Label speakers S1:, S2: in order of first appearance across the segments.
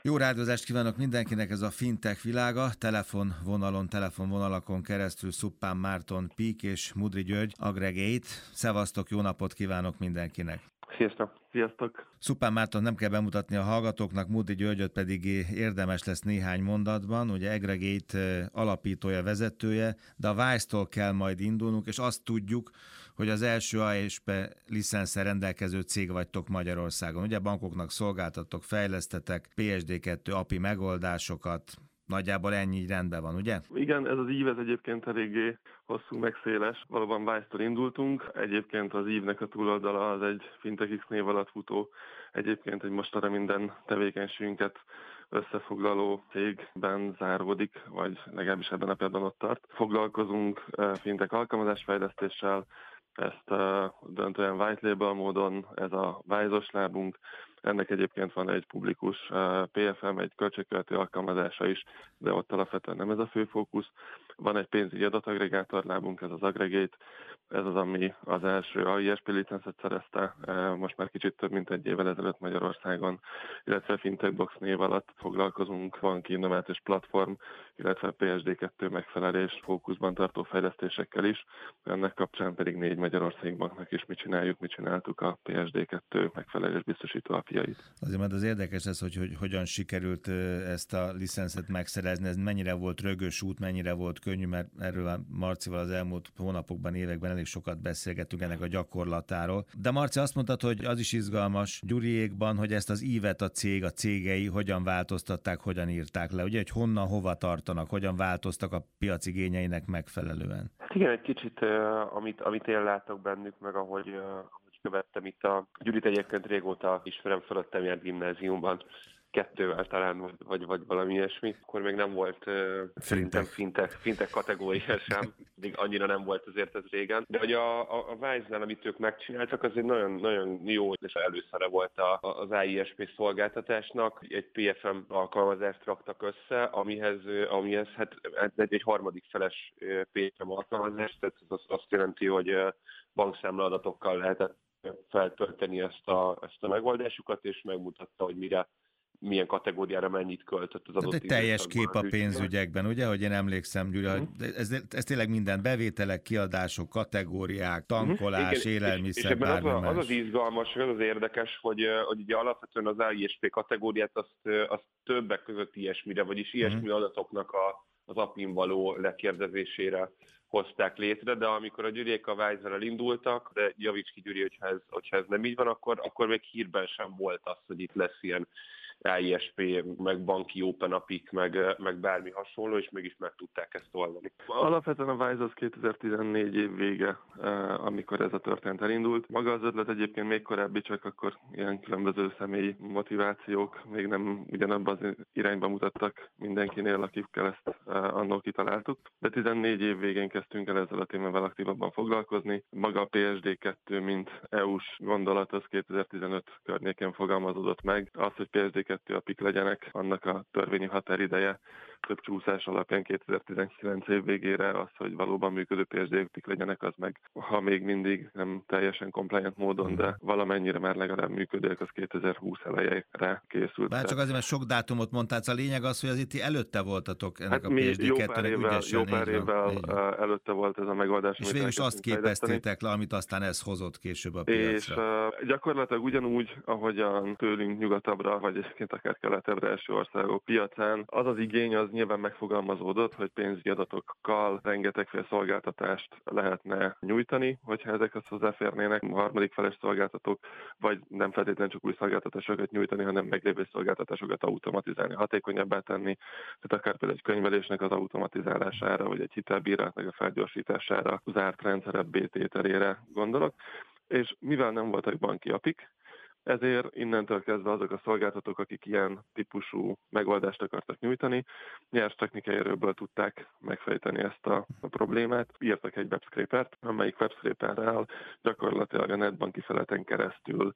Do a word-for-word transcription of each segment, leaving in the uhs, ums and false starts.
S1: Jó rádiózást kívánok mindenkinek, ez a fintech világa, telefonvonalon, telefonvonalakon keresztül Szuppán Márton, Pík és Mudry György, Agregate. Szevasztok, jó napot kívánok mindenkinek!
S2: Sziasztok! Sziasztok!
S1: Szuppán Márton nem kell bemutatni a hallgatóknak, Mudry Györgyöt pedig érdemes lesz néhány mondatban, ugye Agregate alapítója, vezetője, de a Wise-tól kell majd indulnunk, és azt tudjuk, hogy az első á es pé licenszel rendelkező cég vagytok Magyarországon. Ugye bankoknak szolgáltattok, fejlesztetek, pé es dé kettő á pé i megoldásokat, nagyjából ennyi rendben van, ugye?
S2: Igen, ez az ív ez egyébként eléggé hosszú, meg széles. Valóban Wise-től indultunk. Egyébként az ívnek a túloldala az egy FintechX név alatt futó, egyébként egy mostanra minden tevékenységünket összefoglaló cégben záródik, vagy legalábbis ebben a pillanatban ott tart. Foglalkozunk fintech alkalmazásfejlesztéssel, ezt uh, döntően white label módon, ez a Wise-os lábunk. Ennek egyébként van egy publikus uh, pé ef em, egy költségkövető alkalmazása is, de ott alapvetően nem ez a fő fókusz. Van egy pénzügyi adaggregátor lábunk, ez az Agregate, ez az, ami az első á i es pé licencet szerezte, uh, most már kicsit több mint egy évvel ezelőtt Magyarországon, illetve Fintechbox név alatt foglalkozunk, van innovációs platform, illetve pé es dé kettő megfelelés fókuszban tartó fejlesztésekkel is. Ennek kapcsán pedig négy Magyarországi banknak is mit csináljuk, mit csináltuk a pé es dé kettő megfelelés biztosító apjait.
S1: Azért mert az érdekes ez, hogy, hogy hogyan sikerült ezt a licencet megszerezni, ez mennyire volt rögös út, mennyire volt könnyű, mert erről Marcival az elmúlt hónapokban, években elég sokat beszélgettünk ennek a gyakorlatáról. De Marci, azt mondtad, hogy az is izgalmas Gyuriékban, hogy ezt az ívet a cég, a cégei hogyan változtatták, hogyan írták le, ugye, hogy honnan, hova tartanak, hogyan változtak a piac igényeinek megfelelően.
S3: Hát igen, egy kicsit, uh, amit, amit én látok bennük, meg ahogy, uh, ahogy követtem itt a Gyurit egyébként régóta ismerem, fölöttem járt gimnáziumban, kettővel talán, vagy, vagy, vagy valami ilyesmi. Akkor még nem volt uh, szerintem fintech, fintech kategória sem, még annyira nem volt azért ez régen. De hogy a, a, a Wise-nál, amit ők megcsináltak, az egy nagyon, nagyon jó és előszere volt a, az á i es pé szolgáltatásnak. Egy pé ef em alkalmazást raktak össze, amihez, amihez hát egy, egy harmadik feles pé ef em alkalmazás, tehát ez azt jelenti, hogy bankszámla adatokkal lehetett feltölteni ezt a, ezt a megoldásukat, és megmutatta, hogy mire milyen kategóriára mennyit költött az adott.
S1: Tehát egy teljes kép a pénzügyekben, ugye, hogy én emlékszem, Gyuri, uh-huh. ez, ez tényleg minden, bevételek, kiadások, kategóriák, tankolás, uh-huh. élelmiszer,
S3: és, és
S1: bármi
S3: az,
S1: más.
S3: az az izgalmas, az az érdekes, hogy, hogy ugye alapvetően az á i es pé kategóriát azt, azt többek között ilyesmire, vagyis ilyesmi uh-huh. adatoknak a, az apin való lekérdezésére hozták létre, de amikor a Gyuriék a Wise-vel indultak, de javíts ki Gyuri, hogyha ez, hogyha ez nem így van, akkor, akkor még hírben sem volt az, hogy itt lesz ilyen á i es pé, meg banki open apik, meg, meg bármi hasonló, és mégis meg tudták ezt oldani.
S2: Alapvetően a Wise az kétezer-tizennégy év vége, amikor ez a történet elindult. Maga az ötlet egyébként még korábbi, csak akkor ilyen különböző személyi motivációk még nem ugyanabban az irányba mutattak mindenkinél, akikkel ezt annól kitaláltuk. De tizennégy év végén kezdtünk el ezzel a témával aktívabban foglalkozni. Maga a pé es dé kettő, mint é u-s gondolat, az kétezer-tizenöt környékén fogalmazódott meg. Az, hogy pé es dé kettő apik legyenek, annak a törvényi határideje több csúszás alapján kétezer-tizenkilenc év végére az, hogy valóban működő pé es dé apik legyenek, az meg, ha még mindig nem teljesen compliant módon, de valamennyire már legalább működőek, az kétezer-húsz elejére készült.
S1: Bár csak azért, mert sok dátumot mondtál, a lényeg az, hogy az itt előtte voltatok ennek
S2: hát
S1: a pé es dé kettőnek ügyesen.
S2: Jó pár évvel előtte volt ez a megoldás.
S1: És végül is azt képeztétek le, amit aztán ez hozott később a piacra.
S2: És uh, gyakorlatilag ugyanúgy, ahogyan tőlünk nyugatabbra, vagy egyébként akár keletebbre első országok piacán, az az igény az nyilván megfogalmazódott, hogy pénzügyi adatokkal rengetegféle szolgáltatást lehetne nyújtani, hogyha ezekhez hozzáférnének a harmadik feles szolgáltatók, vagy nem feltétlenül csak új szolgáltatásokat nyújtani, hanem meglévő szolgáltatásokat automatizálni, hatékonyabbá tenni, tehát akár például egy könyvelésnek az automatizálására, vagy egy hitelbírálatnak a felgyorsítására, zárt rendszerek bétételére gondolok, és mivel nem voltak banki apik, ezért innentől kezdve azok a szolgáltatók, akik ilyen típusú megoldást akartak nyújtani, nyers technikai erőből tudták megfejteni ezt a, a problémát. Írtak egy webscrapert, amelyik webscraperrel gyakorlatilag a netbanki feleten keresztül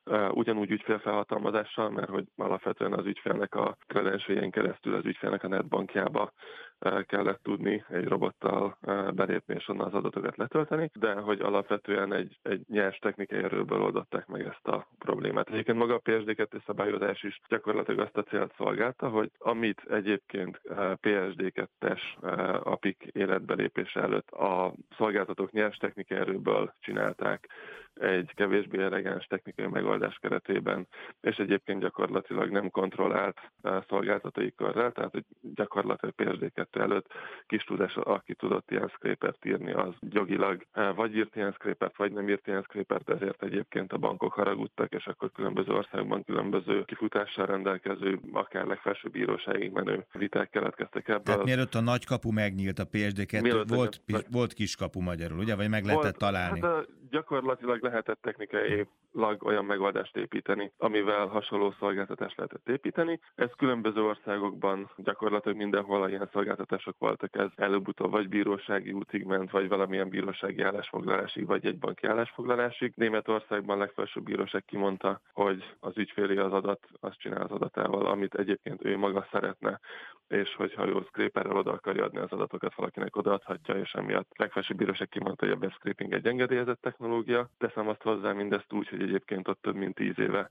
S2: ugyanúgy ügyfélfelhatalmazással, mert hogy alapvetően az ügyfélnek a credentialjein keresztül az ügyfélnek a netbankjába kellett tudni egy robottal belépni és onnan az adatokat letölteni, de hogy alapvetően egy, egy nyers technikai erőből oldották meg ezt a problémát. Egyébként maga a P S D kettő szabályozás is gyakorlatilag azt a célt szolgálta, hogy amit egyébként P S D kettes apik életbelépése előtt a szolgáltatók nyers technikai erőből csinálták egy kevésbé elegáns technikai megoldás keretében, és egyébként gyakorlatilag nem kontrollált szolgáltatói körrel, tehát hogy gyakorlatilag P S D kettő előtt kis tudás, aki tudott ilyen scrapert írni, az jogilag vagy írt ilyen scrapert, vagy nem írt ilyen scrapert, ezért egyébként a bankok haragudtak, és akkor különböző országban különböző kifutással rendelkező, akár legfelsőbb bíróságig menő viták keletkeztek ebből.
S1: Tehát mielőtt a nagy kapu megnyílt a P S D kettő, volt, a... volt kis kapu magyarul, ugye? Vagy meg lehetett volt, találni?
S2: Hát gyakorlatilag lehetett technikailag olyan megoldást építeni, amivel hasonló szolgáltatást lehetett építeni. Ez különböző országokban gyakorlatilag mindenhol ilyen szolgáltatások voltak. Ez előbb-utóbb vagy bírósági útig ment, vagy valamilyen bírósági állásfoglalásig, vagy egy banki állásfoglalásig. Németországban legfelsőbb bíróság kimondta, hogy az ügyfélé az adat, azt csinál az adatával, amit egyébként ő maga szeretne, és hogyha ő scraperrel oda akarja adni az adatokat, valakinek odaadhatja, és emiatt legfelsőbb bíróság kimondta, hogy a web scraping egy engedélyezett technológia. Teszem azt hozzá mindezt úgy, hogy egyébként ott több mint tíz éve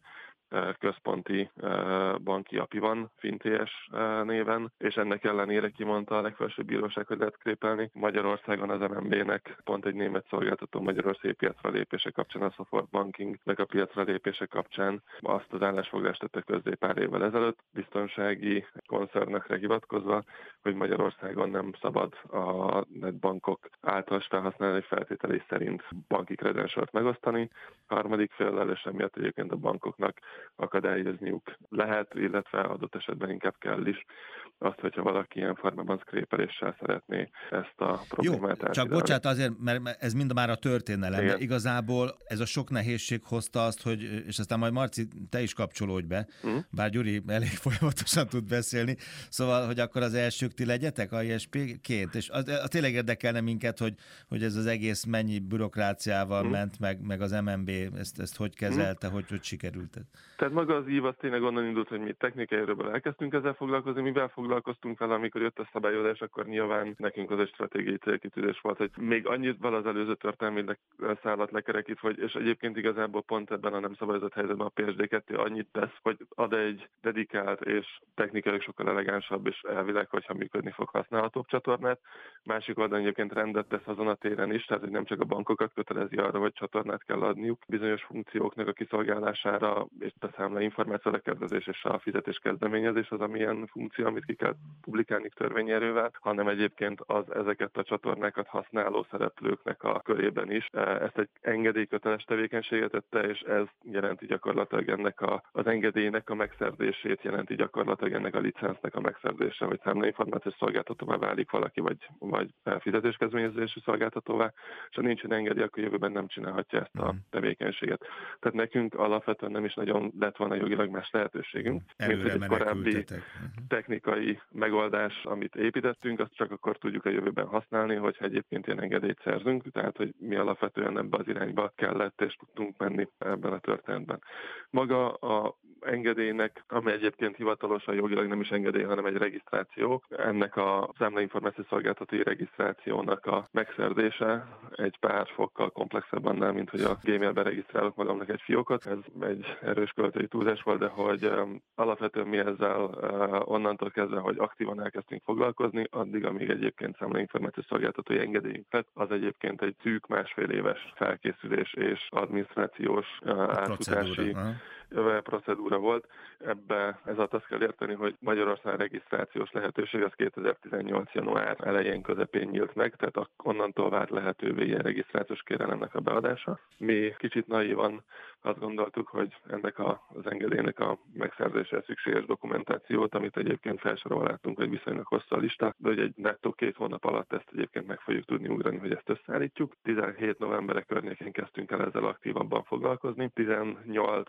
S2: központi banki api van, Fintés néven, és ennek ellenére kimondta a legfelsőbb bíróság, hogy lehet scrapelni. Magyarországon az M N B-nek pont egy német szolgáltató Magyarországi piacra lépése kapcsán, a Support Bankingnek a piacra lépése kapcsán azt az állásfoglalást tette közzé pár évvel ezelőtt, biztonsági koncernekre hivatkozva, hogy Magyarországon nem szabad a netbankok általános felhasználói feltételei szerint banki credentialt megosztani. Harmadik féllel, és emiatt egyébként a bankoknak akadályozniuk lehet, illetve adott esetben inkább kell is azt, hogyha valaki ilyen formában scrapeléssel szeretné ezt a problémát
S1: Jó, csak bocsánat azért, mert ez mind már a történelem,
S2: igen.
S1: De igazából ez a sok nehézség hozta azt, hogy, és aztán majd Marci, te is kapcsolódj be, uh-huh. bár Gyuri elég folyamatosan tud beszélni, szóval, hogy akkor az elsők ti legyetek a I S P-ként, és az, az tényleg érdekelne minket, hogy, hogy ez az egész mennyi bürokráciával uh-huh. ment, meg, meg az M N B ezt, ezt hogy kezelte, uh-huh. hogy, hogy sikerült ez.
S2: Tehát maga az ív az tényleg onnan indult, hogy mi technikai erőből elkezdtünk ezzel foglalkozni, mivel foglalkoztunk vele, amikor jött a szabályozás, akkor nyilván nekünk az egy stratégiai célkitűzés volt, hogy még annyit val az előző történelmi szállat lekerekít, hogy, és egyébként igazából pont ebben a nem szabályozott helyzetben a P S D kettő annyit tesz, hogy ad egy dedikált és technikailag sokkal elegánsabb és elvileg, hogyha működni fog, használhatóbb csatornát. Másik oldalon egyébként rendet tesz azon a téren is, tehát hogy nem csak a bankokat kötelezi arra, hogy csatornát kell adniuk bizonyos funkcióknak a kiszolgálására, és a számla információ lekezdezés és a fizetés kezdeményezés az, amilyen funkció, amit ki kell publikálni törvényerővel, hanem egyébként az ezeket a csatornákat használó szereplőknek a körében is. Ezt egy engedélyköteles tevékenységet tette, és ez jelenti gyakorlatilag ennek a, az engedélynek a megszerzését, jelenti gyakorlatilag ennek a licensznek a megszerzése, hogy számlainformációs szolgáltatóvá válik valaki, vagy, vagy fizetéskezdeményezési szolgáltatóvá, és ha nincsen engedély, akkor jövőben nem csinálhatja ezt a tevékenységet. Tehát nekünk alapvetően nem is nagyon lett volna jogilag más lehetőségünk, mint hogy egy korábbi technikai megoldás, amit építettünk, azt csak akkor tudjuk a jövőben használni, hogyha egyébként ilyen engedélyt szerzünk, tehát hogy mi alapvetően ebbe az irányba kellett és tudtunk menni ebben a történetben. Maga a engedélynek, ami egyébként hivatalosan jogilag nem is engedély, hanem egy regisztráció, ennek a számlainformációs szolgáltatói regisztrációnak a megszerzése egy pár fokkal komplexebb annál, mint hogy a Gmailben regisztrálok magamnak egy fiókot. Ez egy erős költői túlzás volt, de hogy um, alapvetően mi ezzel uh, onnantól kezdve, hogy aktívan elkezdtünk foglalkozni, addig, amíg egyébként számlainformációs szolgáltatói engedélyünk lett, az egyébként egy szűk másfél éves felkészülés és adminisztrációs uh, átutási procedúra volt. Ebbe ez alatt azt kell érteni, hogy Magyarország regisztrációs lehetőség az kétezer-tizennyolc január elején közepén nyílt meg, tehát onnantól vált lehetővé ilyen regisztrációs kérelemnek a beadása. Mi kicsit naívan azt gondoltuk, hogy ennek a, az engedélynek a megszerzésre szükséges dokumentációt, amit egyébként felsoroltunk, hogy viszonylag hosszú a lista, de hogy egy nettó két hónap alatt ezt egyébként meg fogjuk tudni ugrani, hogy ezt összeállítjuk. tizenhét november környékén kezdtünk el ezzel aktívabban foglalkozni. tizennyolc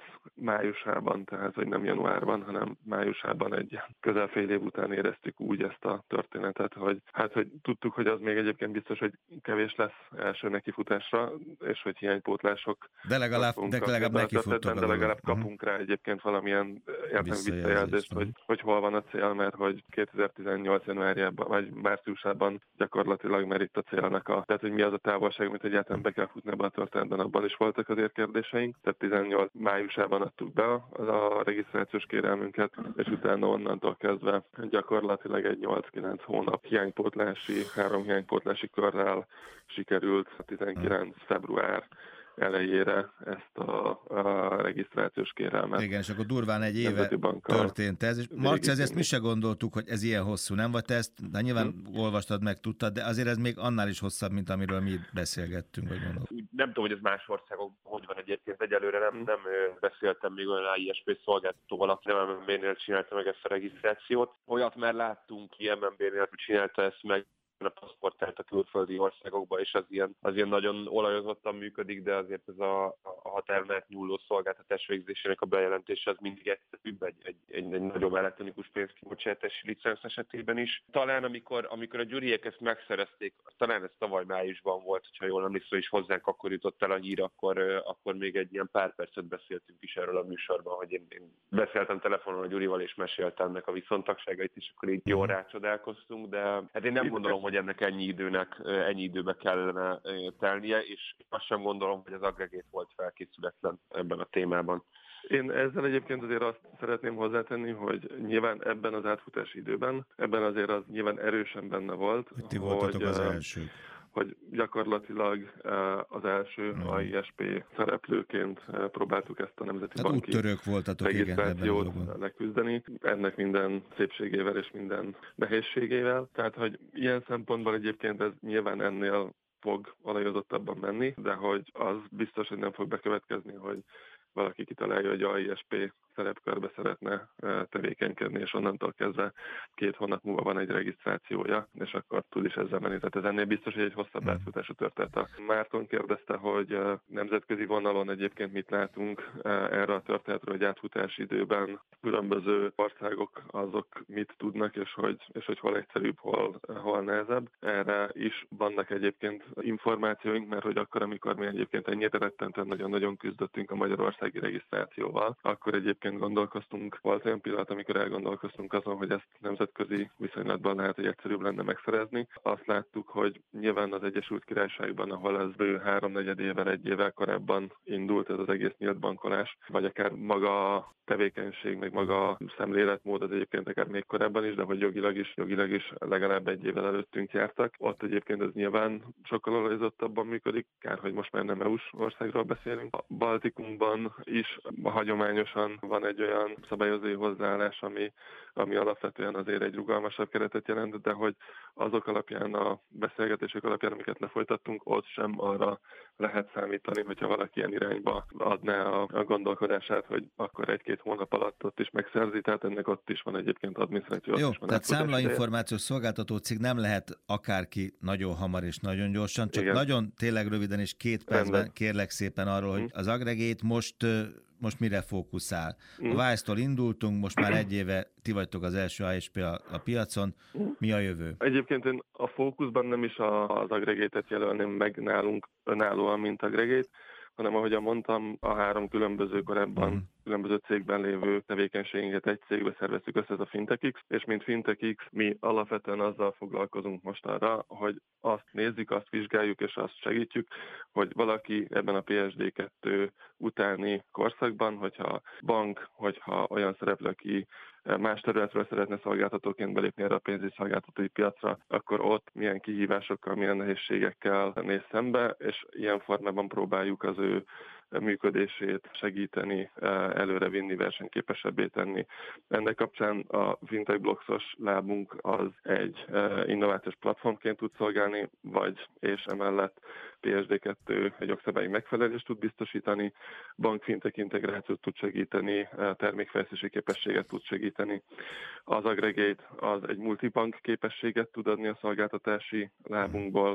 S2: májusában, tehát hogy nem januárban, hanem májusában egy közel fél év után éreztük úgy ezt a történetet, hogy hát, hogy tudtuk, hogy az még egyébként biztos, hogy kevés lesz első nekifutásra, és hogy hiánypótlások.
S1: De legalább, de legalább nekifuttok
S2: de legalább kapunk rá egyébként valamilyen értem visszajelzést, hogy, hogy hol van a cél, mert hogy kétezer-tizennyolc januárjában, vagy márciusában gyakorlatilag már itt a célnak a, tehát hogy mi az a távolság, amit egyáltalán be kell futni ebben a történetben, abban is voltak azért kérdéseink. Tehát tizennyolc májusában adtuk be a, a regisztrációs kérelmünket, és utána onnantól kezdve gyakorlatilag egy nyolc-kilenc hónap hiánypótlási, három hiánypótlási körrel sikerült a tizenkilenc február elejére ezt a, a regisztrációs kérelmet.
S1: Igen, és akkor durván egy éve történt ez. És Marci, ezt mi se gondoltuk, hogy ez ilyen hosszú, nem? Vagy te ezt, de nyilván hmm. olvastad meg, tudtad, de azért ez még annál is hosszabb, mint amiről mi beszélgettünk, vagy mondom.
S3: Nem tudom, hogy ez más országokban hogy van egyébként. Egyelőre nem, nem beszéltem még olyan I S P szolgáltatóval, aki nem M N B-nél csinálta meg ezt a regisztrációt. Olyat már láttunk, ki M N B-nél csinálta ezt meg, a paszportált a külföldi országokba, és az ilyen, az ilyen nagyon olajozottan működik, de azért ez a, a határon átnyúló szolgáltatás végzésének a bejelentése az mindig egyszerűbb egy, egy, egy, egy nagyobb elektronikus pénzkibocsátási licensz esetében is. Talán amikor, amikor a gyuriek ezt megszerezték, talán ez tavaly májusban volt, ha jól emlékszem, és hozzánk akkor jutott el a hír, akkor, akkor még egy ilyen pár percet beszéltünk is erről a műsorban, hogy én, én beszéltem telefonon a Gyurival, és meséltem ennek a viszontagságait, és akkor így jól rácsodálkoztunk, de hát én nem gondolom, hogy ennek ennyi időnek, ennyi időbe kellene telnie, és azt sem gondolom, hogy az aggregét volt felkészületlen ebben a témában.
S2: Én ezzel egyébként azért azt szeretném hozzátenni, hogy nyilván ebben az átfutási időben, ebben azért az nyilván erősen benne volt,
S1: hogy ti voltatok az első.
S2: Hogy gyakorlatilag az első mm. A I S P szereplőként próbáltuk ezt a nemzeti
S1: Tehát
S2: banki
S1: úttörők voltatok,
S2: regisztrációt leküzdeni, ennek minden szépségével és minden nehézségével. Tehát, hogy ilyen szempontból egyébként ez nyilván ennél fog alajozottabban menni, de hogy az biztos, hogy nem fog bekövetkezni, hogy valaki kitalálja, hogy A I S P szerepkörbe szeretne tevékenykedni, és onnantól kezdve két hónap múlva van egy regisztrációja, és akkor tud is ezzel menni. Tehát ez ennél biztos, hogy egy hosszabb átfutású történet. A Márton kérdezte, hogy nemzetközi vonalon egyébként mit látunk erre a történetről, hogy átfutási időben különböző országok azok mit tudnak, és hogy, és hogy hol egyszerűbb, hol, hol nehezebb. Erre is vannak egyébként információink, mert hogy akkor, amikor mi egyébként ennyire rettentően nagyon-nagyon küzdöttünk a magyarországi regisztrációval, akkor egyébként gondolkoztunk, volt olyan pillanat, amikor elgondolkoztunk azon, hogy ezt nemzetközi viszonylatban lehet, hogy egyszerűbb lenne megszerezni. Azt láttuk, hogy nyilván az Egyesült Királyságban, ahol ez bő háromnegyed évvel, egy évvel korábban indult ez az egész nyílt bankolás, vagy akár maga a tevékenység, meg maga a szemléletmód az egyébként akár még korábban is, de hogy jogilag is, jogilag is legalább egy évvel előttünk jártak. Ott egyébként ez nyilván sokkal olajozottabban működik, kár, hogy most már nem é u-s országról beszélünk. A Baltikumban is hagyományosan van egy olyan szabályozói hozzáállás, ami, ami alapvetően azért egy rugalmasabb keretet jelent, de hogy azok alapján, a beszélgetések alapján, amiket lefolytattunk, ott sem arra lehet számítani, hogyha valaki ilyen irányba adná a, a gondolkodását, hogy akkor egy-két hónap alatt ott is megszerzi, tehát ennek ott is van egyébként adminisztráció.
S1: Jó, tehát számlainformációs szolgáltató cég nem lehet akárki nagyon hamar és nagyon gyorsan, csak igen. Nagyon tényleg röviden és két percben Rendben. Kérlek szépen arról, hogy az aggregét most most mire fókuszál? A Wise-tól indultunk, most már egy éve ti vagytok az első I S P a, a piacon. Mi a jövő?
S2: Egyébként én a fókuszban nem is az aggregétet jelölném meg nálunk önállóan, mint aggregét, hanem ahogyan mondtam, a három különböző korábban mm. különböző cégben lévő tevékenységünket egy cégbe szerveztük össze, ez a FintechX, és mint FintechX mi alapvetően azzal foglalkozunk most arra, hogy azt nézzük, azt vizsgáljuk és azt segítjük, hogy valaki ebben a P S D kettő utáni korszakban, hogyha bank, hogyha olyan szereplő, aki más területről szeretne szolgáltatóként belépni erre a pénzügyi szolgáltatói piacra, akkor ott milyen kihívásokkal, milyen nehézségekkel néz szembe, és ilyen formában próbáljuk az ő működését segíteni, előrevinni, versenyképesebbé tenni. Ennek kapcsán a Fintech Blocksos lábunk az egy innovációs platformként tud szolgálni, vagy és emellett P S D kettő egy jogszabályi megfelelést tud biztosítani, bank-fintech integrációt tud segíteni, termékfejlesztési képességet tud segíteni. Az aggregate az egy multibank képességet tud adni a szolgáltatási lábunkból,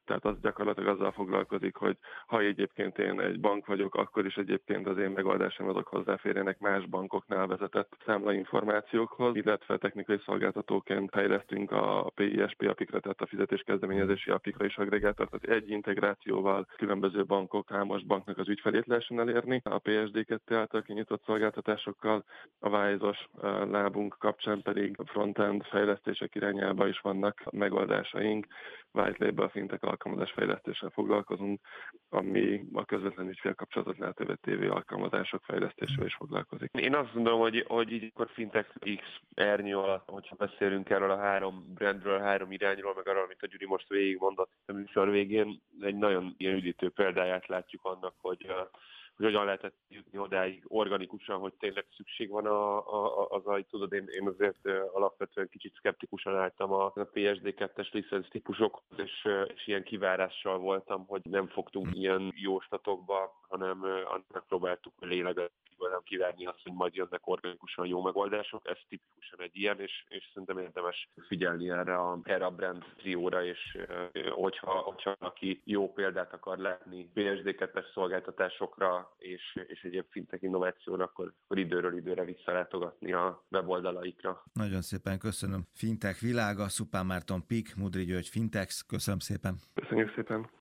S2: Tehát az gyakorlatilag azzal foglalkozik, hogy ha egyébként én egy bank vagyok, akkor is egyébként az én megoldásom azok hozzáférjenek más bankoknál vezetett számlainformációkhoz, illetve technikai szolgáltatóként fejlesztünk a pé i es pé apikra, tehát a fizetéskezdeményezési apikra is agregátort, tehát egy integrációval különböző bankok, számos banknak az ügyfelét lehessen elérni. A pé es dé kettő által kinyitott szolgáltatásokkal, a Wise-os lábunk kapcsán pedig frontend fejlesztések irányába is vannak megoldásaink. White Label fintech alkalmazás fejlesztéssel foglalkozunk, ami a közvetlen ügyfélkapcsolatot lehetővé tévő alkalmazások fejlesztésével is foglalkozik.
S3: Én azt gondolom, hogy, hogy így akkor Fintech X ernyő alatt, hogyha beszélünk erről a három brandről, három irányról, meg arról, amit a Gyuri most végigmondott a műsor végén, egy nagyon ilyen üdítő példáját látjuk annak, hogy hogy hogyan lehetett jutni odáig organikusan, hogy tényleg szükség van a, a, az, hogy tudod, én, én azért alapvetően kicsit szkeptikusan álltam a, a pé es dé kettes licensz típusokhoz, és, és ilyen kivárással voltam, hogy nem fogtunk ilyen jóslatokba, hanem annak próbáltuk léleget nem kivárni azt, hogy majd jönnek organikusan jó megoldások. Ez tipikusan egy ilyen, és, és szerintem érdemes figyelni erre a, erre a brand trióra, és hogyha, hogyha aki jó példát akar látni pé es dé kettes szolgáltatásokra, és, és egyéb fintech innovációra, akkor, akkor időről időre visszalátogatni a weboldalaikra.
S1: Nagyon szépen köszönöm. Fintech világa, Szupán Márton pé i ká, Mudry György Fintex, köszönöm szépen.
S2: Köszönjük szépen.